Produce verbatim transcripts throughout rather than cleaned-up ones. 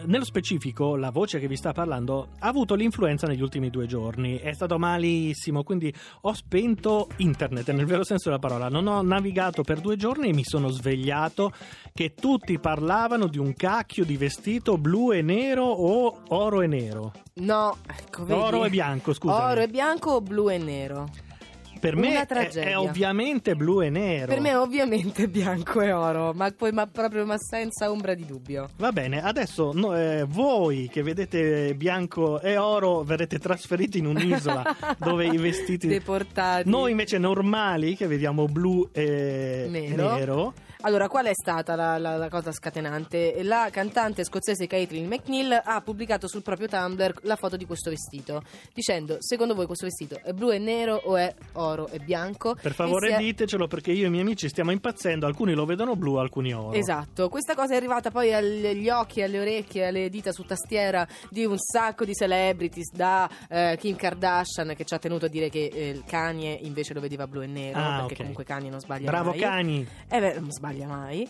nello specifico, la voce che vi sta parlando ha avuto l'influenza negli ultimi due giorni. È stato malissimo, quindi ho spento internet, nel vero senso della parola. Non ho navigato per due giorni e mi sono svegliato che tutti parlavano di un cacchio di vestito blu e nero o oro e nero. No, ecco, vedi? Oro e bianco, scusa. Oro e bianco o blu e nero? Per me Una è, tragedia. è ovviamente blu e nero. Per me è ovviamente bianco e oro, ma poi ma proprio ma senza ombra di dubbio. Va bene, adesso no, eh, voi che vedete bianco e oro verrete trasferiti in un'isola dove i vestiti deportati. Noi invece normali che vediamo blu e nero. e nero. Allora, qual è stata la, la, la cosa scatenante? La cantante scozzese Caitlin McNeil ha pubblicato sul proprio Tumblr la foto di questo vestito, dicendo: secondo voi questo vestito è blu e nero o è oro e bianco? Per favore è... ditecelo, perché io e i miei amici stiamo impazzendo, alcuni lo vedono blu, alcuni oro. Esatto, questa cosa è arrivata poi agli occhi, alle orecchie, alle dita su tastiera di un sacco di celebrities, da eh, Kim Kardashian, che ci ha tenuto a dire che eh, Kanye invece lo vedeva blu e nero, ah, perché okay. comunque Kanye non sbaglia Bravo mai. Bravo Kanye! Eh beh, non sbaglia mai.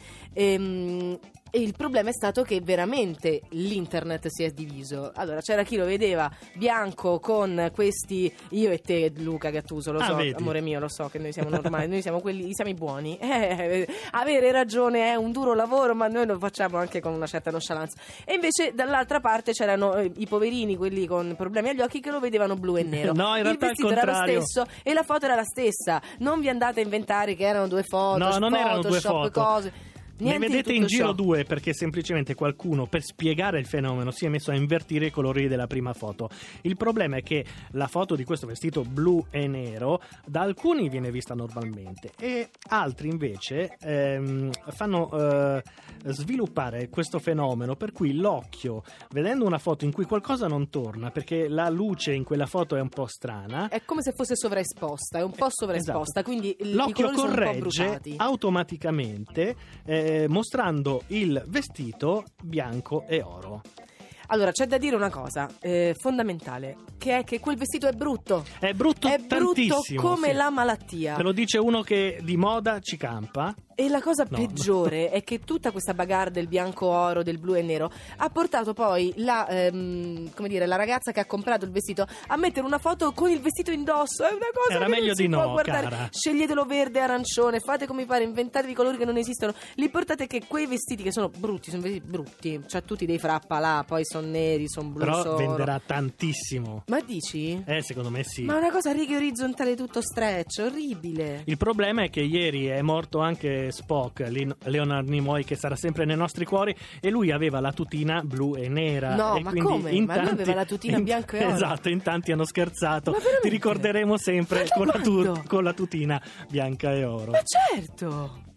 Ehm... E il problema è stato che veramente l'internet si è diviso. Allora, c'era chi lo vedeva bianco con questi, io e te Luca Gattuso, lo ah, so, vedi. amore mio, lo so che noi siamo normali, noi siamo quelli, siamo i buoni. Eh, avere ragione è un duro lavoro, ma noi lo facciamo anche con una certa nonchalance. E invece dall'altra parte c'erano eh, i poverini, quelli con problemi agli occhi, che lo vedevano blu e nero. No, in realtà il vestito al era lo contrario. stesso e la foto era la stessa. Non vi andate a inventare che erano due foto, no, non Photoshop, erano due foto. cose. Niente ne vedete di in tutto giro ciò. due, perché semplicemente qualcuno, per spiegare il fenomeno, si è messo a invertire i colori della prima foto. Il problema è che la foto di questo vestito blu e nero da alcuni viene vista normalmente e altri invece ehm, fanno eh, sviluppare questo fenomeno per cui l'occhio, vedendo una foto in cui qualcosa non torna perché la luce in quella foto è un po' strana, è come se fosse sovraesposta, è un po' sovraesposta, esatto. Quindi il, l'occhio i colori sono un po' corregge bruciati. automaticamente eh, mostrando il vestito bianco e oro. Allora, c'è da dire una cosa eh, fondamentale, che è che quel vestito è brutto. È brutto È brutto tantissimo, come sì. la malattia. Te lo dice uno che di moda ci campa. E la cosa No. peggiore è che tutta questa bagarre del bianco-oro, del blu e nero, ha portato poi la, ehm, come dire, la ragazza che ha comprato il vestito a mettere una foto con il vestito indosso. È una cosa Era che meglio non si di può no, guardare. cara. Sceglietelo verde, arancione, fate come pare, inventatevi colori che non esistono. L'importante è che quei vestiti che sono brutti, sono vestiti brutti, cioè tutti dei frappa là, poi sono neri, sono blu, Però sono... venderà tantissimo. Ma dici? Eh, secondo me sì. Ma è una cosa a righe orizzontali tutto stretch, orribile. Il problema è che ieri è morto anche Spock, Lin- Leonard Nimoy, che sarà sempre nei nostri cuori, e lui aveva la tutina blu e nera. No, e ma quindi come? in Ma lui tanti, aveva la tutina in, bianco e oro. Esatto, in tanti hanno scherzato. Ma veramente? Ti ricorderemo sempre Ma da con la, tu- quando? con la tutina bianca e oro. Ma certo!